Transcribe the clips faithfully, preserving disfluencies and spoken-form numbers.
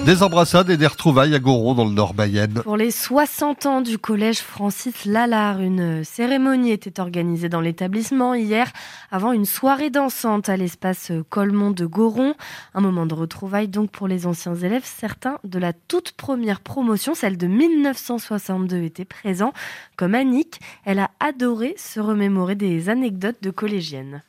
Des embrassades et des retrouvailles à Goron dans le Nord Mayenne. Pour les soixante ans du collège Francis Lalard, une cérémonie était organisée dans l'établissement hier avant une soirée dansante à l'espace Colmont de Goron. Un moment de retrouvailles donc pour les anciens élèves. Certains de la toute première promotion, celle de mille neuf cent soixante-deux, étaient présents. Comme Annick, elle a adoré se remémorer des anecdotes de collégiennes.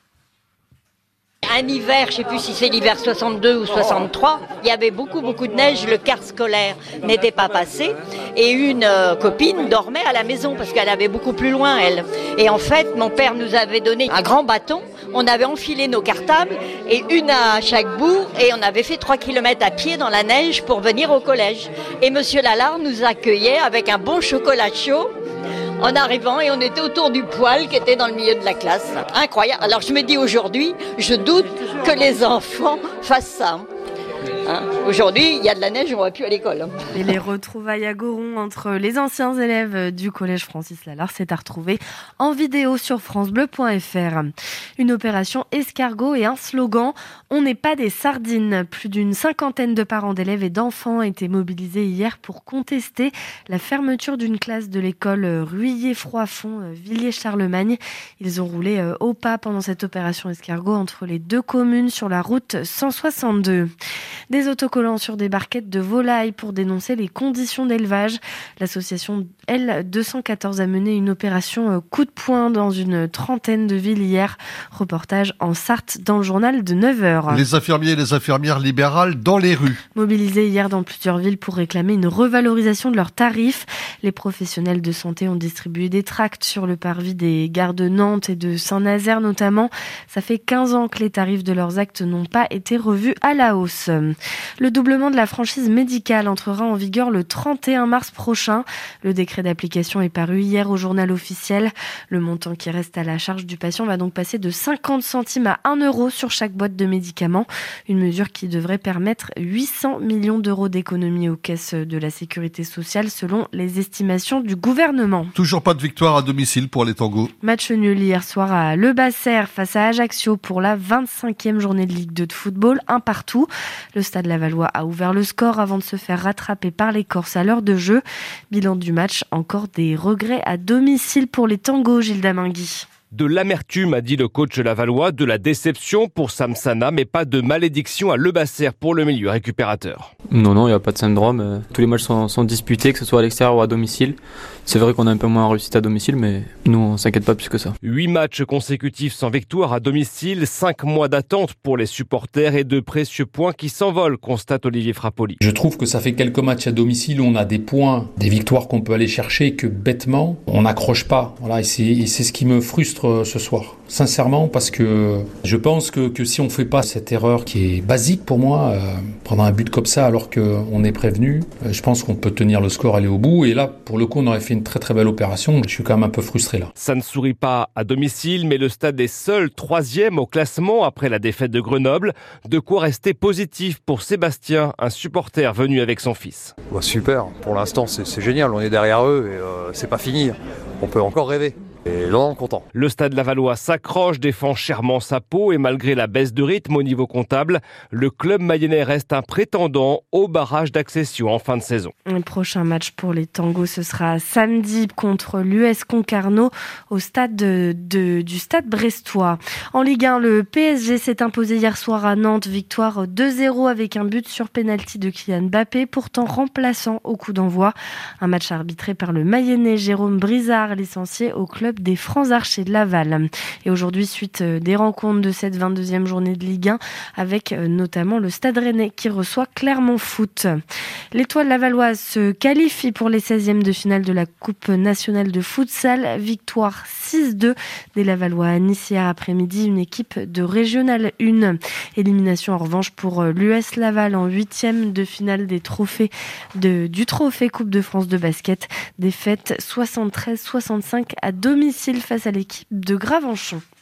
Un hiver, je ne sais plus si c'est l'hiver soixante-deux ou soixante-trois, il y avait beaucoup beaucoup de neige, le car scolaire n'était pas passé et une euh, copine dormait à la maison parce qu'elle avait beaucoup plus loin elle. Et en fait, mon père nous avait donné un grand bâton, on avait enfilé nos cartables et une à chaque bout et on avait fait trois kilomètres à pied dans la neige pour venir au collège. Et monsieur Lalard nous accueillait avec un bon chocolat chaud en arrivant et on était autour du poêle qui était dans le milieu de la classe. Incroyable. Alors je me dis aujourd'hui, je doute que les enfants fassent ça. Hein, aujourd'hui, il y a de la neige, on ne va plus à l'école. Et les retrouvailles à Goron entre les anciens élèves du collège Francis Lalard, c'est à retrouver en vidéo sur francebleu point f r. Une opération escargot et un slogan « On n'est pas des sardines ». Plus d'une cinquantaine de parents d'élèves et d'enfants étaient mobilisés hier pour contester la fermeture d'une classe de l'école Ruillé-Froidfond, Villiers-Charlemagne. Ils ont roulé au pas pendant cette opération escargot entre les deux communes sur la route cent soixante-deux. Des autocollants sur des barquettes de volailles pour dénoncer les conditions d'élevage. L'association L deux cent quatorze a mené une opération coup de poing dans une trentaine de villes hier. Reportage en Sarthe dans le journal de neuf heures. Les infirmiers et les infirmières libérales dans les rues. Mobilisés hier dans plusieurs villes pour réclamer une revalorisation de leurs tarifs. Les professionnels de santé ont distribué des tracts sur le parvis des gares de Nantes et de Saint-Nazaire notamment. Ça fait quinze ans que les tarifs de leurs actes n'ont pas été revus à la hausse. Le doublement de la franchise médicale entrera en vigueur le trente et un mars prochain. Le décret d'application est paru hier au journal officiel. Le montant qui reste à la charge du patient va donc passer de cinquante centimes à un euro sur chaque boîte de médicaments. Une mesure qui devrait permettre huit cents millions d'euros d'économies aux caisses de la sécurité sociale selon les estimations du gouvernement. Toujours pas de victoire à domicile pour les tangos. Match nul hier soir à Le Basser face à Ajaccio pour la vingt-cinquième journée de Ligue deux de football, un partout. Le Stade Lavallois a ouvert le score avant de se faire rattraper par les Corses à l'heure de jeu. Bilan du match, encore des regrets à domicile pour les tangos, Gilles Damingui. De l'amertume, a dit le coach lavallois, de la déception pour Samsana, mais pas de malédiction à Le Basser pour le milieu récupérateur. Non, non, il n'y a pas de syndrome. Tous les matchs sont, sont disputés, que ce soit à l'extérieur ou à domicile. C'est vrai qu'on a un peu moins réussi à domicile, mais nous, on s'inquiète pas plus que ça. Huit matchs consécutifs sans victoire à domicile, cinq mois d'attente pour les supporters et de précieux points qui s'envolent, constate Olivier Frappoli. Je trouve que ça fait quelques matchs à domicile où on a des points, des victoires qu'on peut aller chercher et que bêtement, on n'accroche pas. Voilà, et c'est, et c'est ce qui me frustre ce soir, sincèrement, parce que je pense que, que si on fait pas cette erreur qui est basique pour moi, euh, prendre un but comme ça alors qu'on est prévenu, euh, je pense qu'on peut tenir le score, aller au bout, et là, pour le coup, on aurait fait une très très belle opération. Je suis quand même un peu frustré là. Ça ne sourit pas à domicile, mais le Stade est seul troisième au classement après la défaite de Grenoble. De quoi rester positif pour Sébastien, un supporter venu avec son fils. Bah super, pour l'instant c'est, c'est génial, on est derrière eux et euh, c'est pas fini, on peut encore rêver. Et là, on est content. Le Stade Lavallois s'accroche, défend chèrement sa peau et malgré la baisse de rythme au niveau comptable, le club mayennais reste un prétendant au barrage d'accession en fin de saison. Le prochain match pour les tangos, ce sera samedi contre l'U S Concarneau au stade de, de, du Stade brestois. En Ligue un, le P S G s'est imposé hier soir à Nantes, victoire deux zéro avec un but sur pénalty de Kylian Mbappé, pourtant remplaçant au coup d'envoi. Un match arbitré par le mayennais Jérôme Brizard, licencié au club des Francs Archers de Laval. Et aujourd'hui, suite des rencontres de cette vingt-deuxième journée de Ligue un, avec notamment le Stade Rennais qui reçoit Clermont Foot. L'Étoile lavalloise se qualifie pour les seizièmes de finale de la Coupe nationale de futsal. Victoire six deux des Lavallois à Nice hier après-midi, une équipe de Régional un. Élimination en revanche pour l'U S Laval en huitième de finale des trophées de, du trophée Coupe de France de basket. Défaite soixante-treize soixante-cinq à domicile face à l'équipe de Gravenchon.